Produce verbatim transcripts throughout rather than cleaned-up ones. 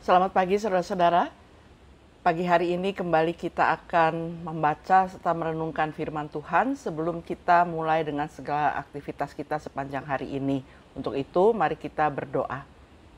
Selamat pagi saudara-saudara. Pagi hari ini kembali kita akan membaca serta merenungkan firman Tuhan sebelum kita mulai dengan segala aktivitas kita sepanjang hari ini. Untuk itu mari kita berdoa.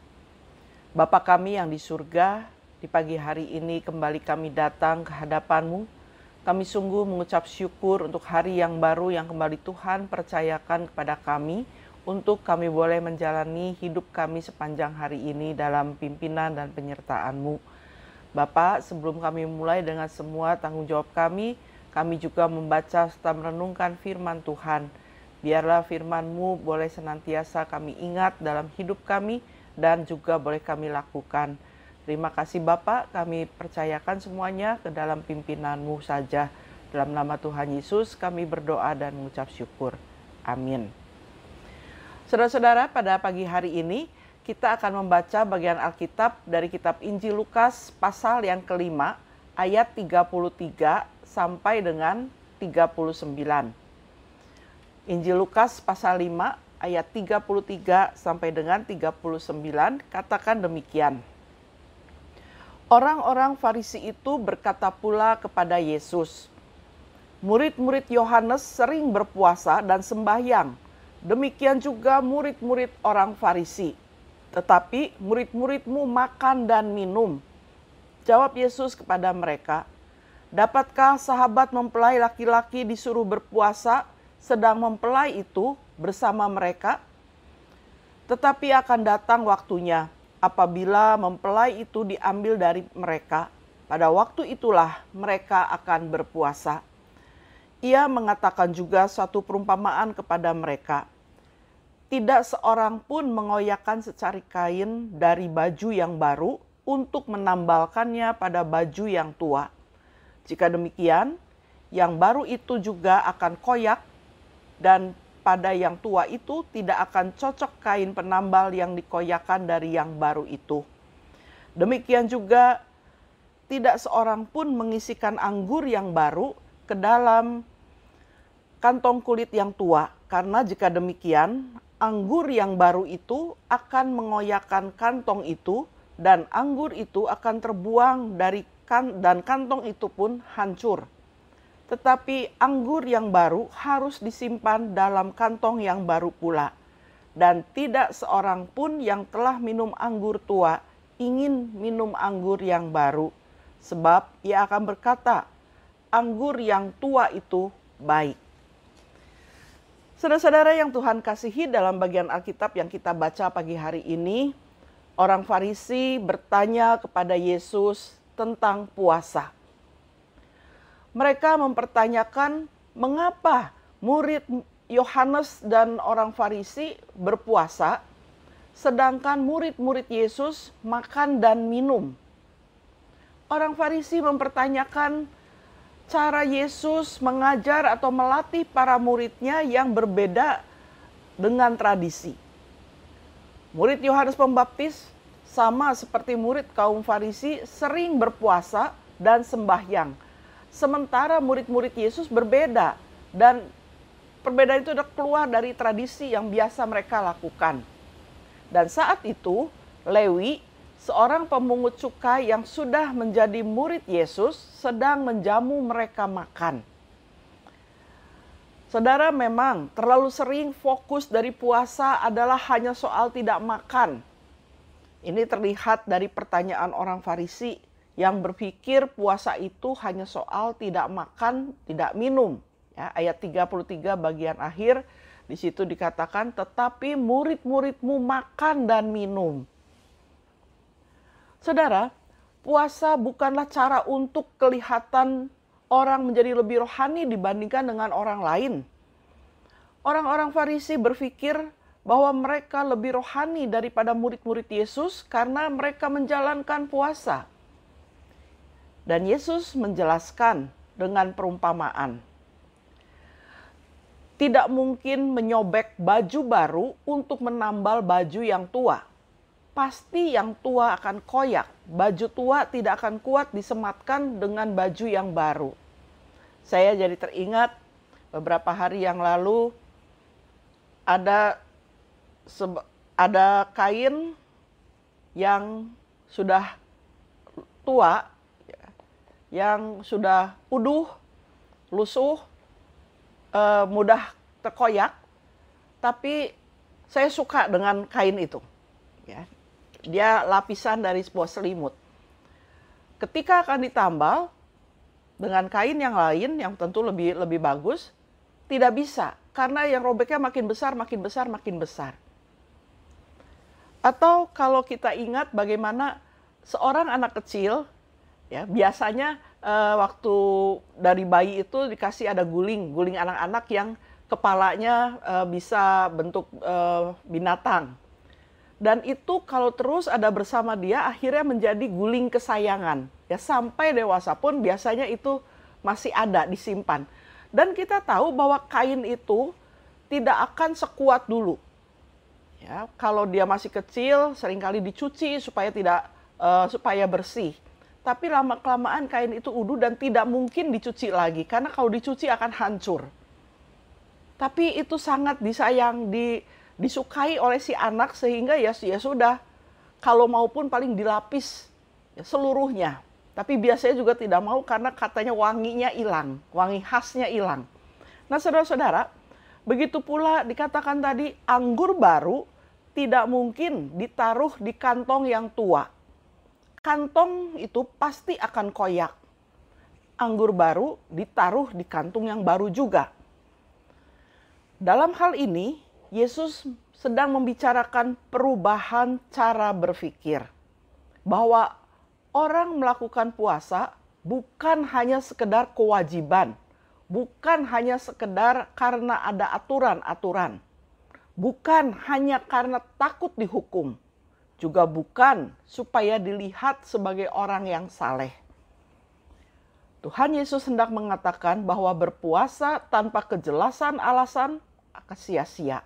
Bapa kami yang di surga, di pagi hari ini kembali kami datang ke hadapan-Mu. Kami sungguh mengucap syukur untuk hari yang baru yang kembali Tuhan percayakan kepada kami, untuk kami boleh menjalani hidup kami sepanjang hari ini dalam pimpinan dan penyertaan-Mu. Bapak, sebelum kami mulai dengan semua tanggung jawab kami, kami juga membaca serta merenungkan firman Tuhan. Biarlah firman-Mu boleh senantiasa kami ingat dalam hidup kami dan juga boleh kami lakukan. Terima kasih Bapak, kami percayakan semuanya ke dalam pimpinan-Mu saja. Dalam nama Tuhan Yesus kami berdoa dan mengucap syukur. Amin. Saudara-saudara, pada pagi hari ini kita akan membaca bagian Alkitab dari kitab Injil Lukas pasal yang kelima ayat tiga puluh tiga sampai dengan tiga puluh sembilan. Injil Lukas pasal lima ayat tiga puluh tiga sampai dengan tiga puluh sembilan katakan demikian. Orang-orang Farisi itu berkata pula kepada Yesus, "Murid-murid Yohanes sering berpuasa dan sembahyang. Demikian juga murid-murid orang Farisi. Tetapi murid-muridmu makan dan minum." Jawab Yesus kepada mereka, "Dapatkah sahabat mempelai laki-laki disuruh berpuasa, sedang mempelai itu bersama mereka? Tetapi akan datang waktunya, apabila mempelai itu diambil dari mereka. Pada waktu itulah mereka akan berpuasa." Ia mengatakan juga suatu perumpamaan kepada mereka. Tidak seorang pun mengoyakkan secari kain dari baju yang baru untuk menambalkannya pada baju yang tua. Jika demikian, yang baru itu juga akan koyak, dan pada yang tua itu tidak akan cocok kain penambal yang dikoyakkan dari yang baru itu. Demikian juga tidak seorang pun mengisikan anggur yang baru ke dalam kantong kulit yang tua, karena jika demikian, anggur yang baru itu akan mengoyakkan kantong itu, dan anggur itu akan terbuang dari kan dan kantong itu pun hancur. Tetapi anggur yang baru harus disimpan dalam kantong yang baru pula, dan tidak seorang pun yang telah minum anggur tua ingin minum anggur yang baru, sebab ia akan berkata, anggur yang tua itu baik. Saudara-saudara yang Tuhan kasihi, dalam bagian Alkitab yang kita baca pagi hari ini, orang Farisi bertanya kepada Yesus tentang puasa. Mereka mempertanyakan mengapa murid Yohanes dan orang Farisi berpuasa, sedangkan murid-murid Yesus makan dan minum. Orang Farisi mempertanyakan cara Yesus mengajar atau melatih para muridnya yang berbeda dengan tradisi. Murid Yohanes Pembaptis sama seperti murid kaum Farisi sering berpuasa dan sembahyang. Sementara murid-murid Yesus berbeda, dan perbedaan itu sudah keluar dari tradisi yang biasa mereka lakukan. Dan saat itu Lewi, seorang pemungut cukai yang sudah menjadi murid Yesus, sedang menjamu mereka makan. Saudara, memang terlalu sering fokus dari puasa adalah hanya soal tidak makan. Ini terlihat dari pertanyaan orang Farisi yang berpikir puasa itu hanya soal tidak makan, tidak minum. Ya, ayat tiga puluh tiga bagian akhir, di situ dikatakan, tetapi murid-muridmu makan dan minum. Saudara, puasa bukanlah cara untuk kelihatan orang menjadi lebih rohani dibandingkan dengan orang lain. Orang-orang Farisi berpikir bahwa mereka lebih rohani daripada murid-murid Yesus karena mereka menjalankan puasa. Dan Yesus menjelaskan dengan perumpamaan. Tidak mungkin menyobek baju baru untuk menambal baju yang tua. Pasti yang tua akan koyak. Baju tua tidak akan kuat disematkan dengan baju yang baru. Saya jadi teringat beberapa hari yang lalu ada ada kain yang sudah tua, yang sudah uduh, lusuh, eh, mudah terkoyak, tapi saya suka dengan kain itu. Ya. Dia lapisan dari sebuah selimut. Ketika akan ditambal dengan kain yang lain yang tentu lebih lebih bagus, tidak bisa karena yang robeknya makin besar, makin besar, makin besar. Atau kalau kita ingat bagaimana seorang anak kecil, ya biasanya eh, waktu dari bayi itu dikasih ada guling, guling anak-anak yang kepalanya eh, bisa bentuk eh, binatang. Dan itu kalau terus ada bersama dia akhirnya menjadi guling kesayangan. Ya sampai dewasa pun biasanya itu masih ada disimpan. Dan kita tahu bahwa kain itu tidak akan sekuat dulu. Ya, kalau dia masih kecil seringkali dicuci supaya tidak uh, supaya bersih. Tapi lama kelamaan kain itu uduh dan tidak mungkin dicuci lagi karena kalau dicuci akan hancur. Tapi itu sangat disayang, di disukai oleh si anak sehingga ya, ya sudah, kalau maupun paling dilapis ya, seluruhnya. Tapi biasanya juga tidak mau karena katanya wanginya hilang, wangi khasnya hilang. Nah saudara-saudara, begitu pula dikatakan tadi anggur baru tidak mungkin ditaruh di kantong yang tua. Kantong itu pasti akan koyak. Anggur baru ditaruh di kantung yang baru juga. Dalam hal ini, Yesus sedang membicarakan perubahan cara berpikir. Bahwa orang melakukan puasa bukan hanya sekedar kewajiban. Bukan hanya sekedar karena ada aturan-aturan. Bukan hanya karena takut dihukum. Juga bukan supaya dilihat sebagai orang yang saleh. Tuhan Yesus hendak mengatakan bahwa berpuasa tanpa kejelasan alasan akan sia-sia.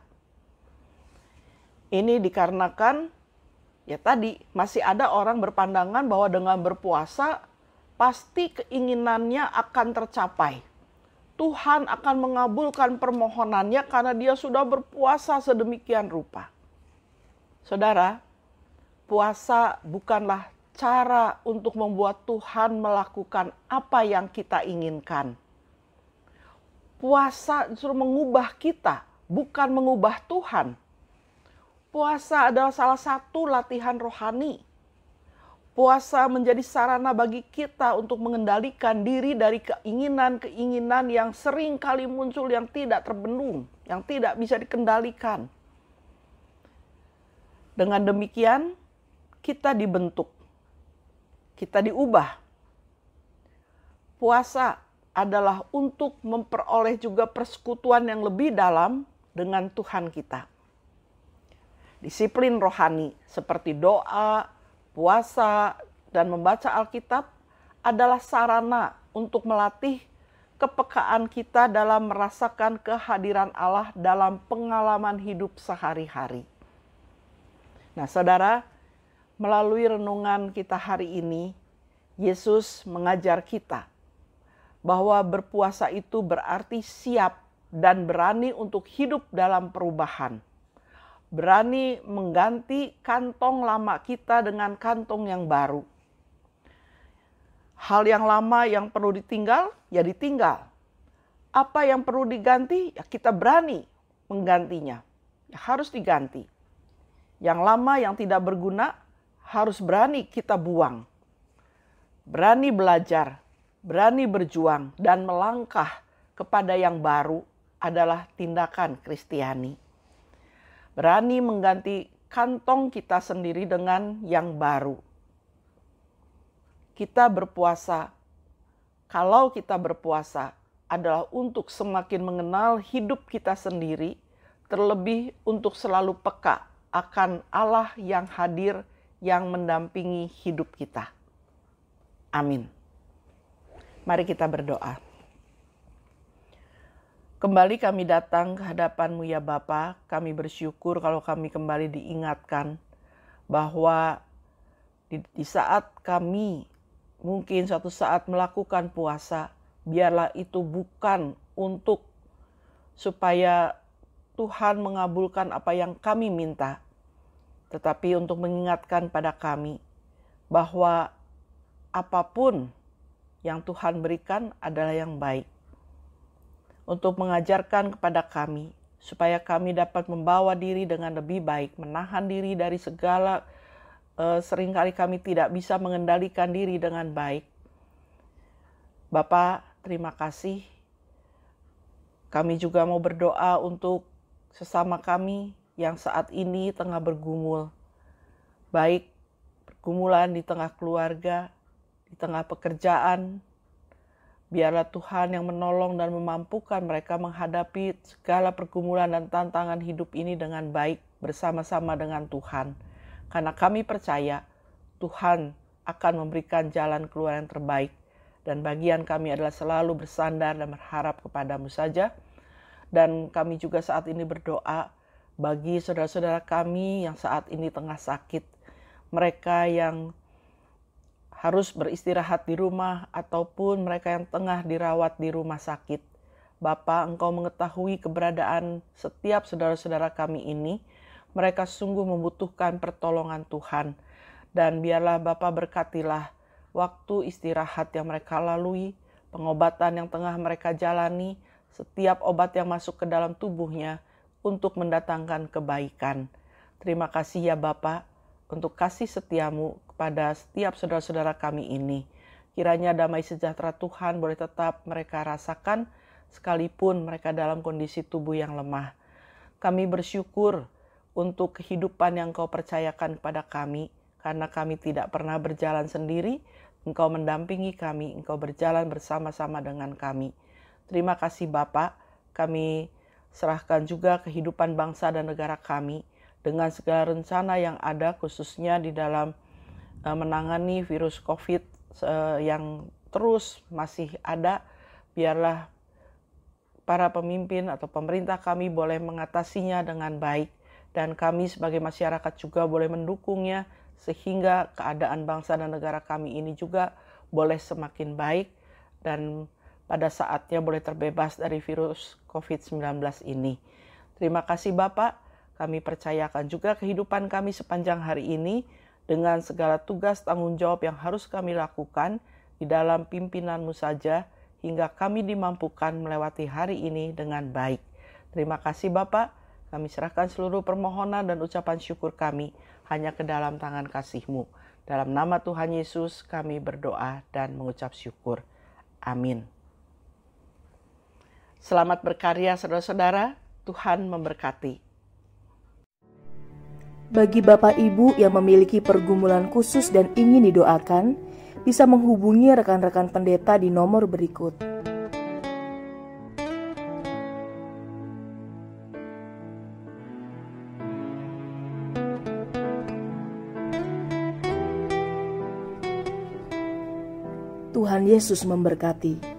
Ini dikarenakan ya tadi masih ada orang berpandangan bahwa dengan berpuasa pasti keinginannya akan tercapai. Tuhan akan mengabulkan permohonannya karena dia sudah berpuasa sedemikian rupa. Saudara, puasa bukanlah cara untuk membuat Tuhan melakukan apa yang kita inginkan. Puasa justru mengubah kita, bukan mengubah Tuhan. Puasa adalah salah satu latihan rohani. Puasa menjadi sarana bagi kita untuk mengendalikan diri dari keinginan-keinginan yang sering kali muncul yang tidak terbendung, yang tidak bisa dikendalikan. Dengan demikian, kita dibentuk, kita diubah. Puasa adalah untuk memperoleh juga persekutuan yang lebih dalam dengan Tuhan kita. Disiplin rohani seperti doa, puasa, dan membaca Alkitab adalah sarana untuk melatih kepekaan kita dalam merasakan kehadiran Allah dalam pengalaman hidup sehari-hari. Nah, saudara, melalui renungan kita hari ini, Yesus mengajar kita bahwa berpuasa itu berarti siap dan berani untuk hidup dalam perubahan. Berani mengganti kantong lama kita dengan kantong yang baru. Hal yang lama yang perlu ditinggal, ya ditinggal. Apa yang perlu diganti, ya kita berani menggantinya. Ya harus diganti. Yang lama yang tidak berguna, harus berani kita buang. Berani belajar, berani berjuang, dan melangkah kepada yang baru adalah tindakan Kristiani. Berani mengganti kantong kita sendiri dengan yang baru. Kita berpuasa, kalau kita berpuasa adalah untuk semakin mengenal hidup kita sendiri, terlebih untuk selalu peka akan Allah yang hadir, yang mendampingi hidup kita. Amin. Mari kita berdoa. Kembali kami datang ke hadapan-Mu ya Bapa, kami bersyukur kalau kami kembali diingatkan bahwa di, di saat kami mungkin suatu saat melakukan puasa, biarlah itu bukan untuk supaya Tuhan mengabulkan apa yang kami minta, tetapi untuk mengingatkan pada kami bahwa apapun yang Tuhan berikan adalah yang baik. Untuk mengajarkan kepada kami, supaya kami dapat membawa diri dengan lebih baik, menahan diri dari segala, eh, seringkali kami tidak bisa mengendalikan diri dengan baik. Bapa, terima kasih. Kami juga mau berdoa untuk sesama kami yang saat ini tengah bergumul, baik pergumulan di tengah keluarga, di tengah pekerjaan. Biarlah Tuhan yang menolong dan memampukan mereka menghadapi segala pergumulan dan tantangan hidup ini dengan baik bersama-sama dengan Tuhan. Karena kami percaya Tuhan akan memberikan jalan keluar yang terbaik. Dan bagian kami adalah selalu bersandar dan berharap kepadamu saja. Dan kami juga saat ini berdoa bagi saudara-saudara kami yang saat ini tengah sakit. Mereka yang harus beristirahat di rumah ataupun mereka yang tengah dirawat di rumah sakit. Bapa, Engkau mengetahui keberadaan setiap saudara-saudara kami ini. Mereka sungguh membutuhkan pertolongan Tuhan. Dan biarlah Bapa berkatilah waktu istirahat yang mereka lalui, pengobatan yang tengah mereka jalani, setiap obat yang masuk ke dalam tubuhnya untuk mendatangkan kebaikan. Terima kasih ya Bapa untuk kasih setiamu kepada setiap saudara-saudara kami ini. Kiranya damai sejahtera Tuhan boleh tetap mereka rasakan sekalipun mereka dalam kondisi tubuh yang lemah. Kami bersyukur untuk kehidupan yang Kau percayakan kepada kami, karena kami tidak pernah berjalan sendiri. Engkau mendampingi kami, Engkau berjalan bersama-sama dengan kami. Terima kasih Bapa, kami serahkan juga kehidupan bangsa dan negara kami dengan segala rencana yang ada, khususnya di dalam uh, menangani virus COVID uh, yang terus masih ada. Biarlah para pemimpin atau pemerintah kami boleh mengatasinya dengan baik, dan kami sebagai masyarakat juga boleh mendukungnya, sehingga keadaan bangsa dan negara kami ini juga boleh semakin baik dan pada saatnya boleh terbebas dari virus covid sembilan belas ini. Terima kasih Bapak, kami percayakan juga kehidupan kami sepanjang hari ini dengan segala tugas tanggung jawab yang harus kami lakukan di dalam pimpinan-Mu saja, hingga kami dimampukan melewati hari ini dengan baik. Terima kasih Bapak, kami serahkan seluruh permohonan dan ucapan syukur kami hanya ke dalam tangan kasih-Mu. Dalam nama Tuhan Yesus kami berdoa dan mengucap syukur. Amin. Selamat berkarya saudara-saudara, Tuhan memberkati. Bagi Bapak Ibu yang memiliki pergumulan khusus dan ingin didoakan, bisa menghubungi rekan-rekan pendeta di nomor berikut. Tuhan Yesus memberkati.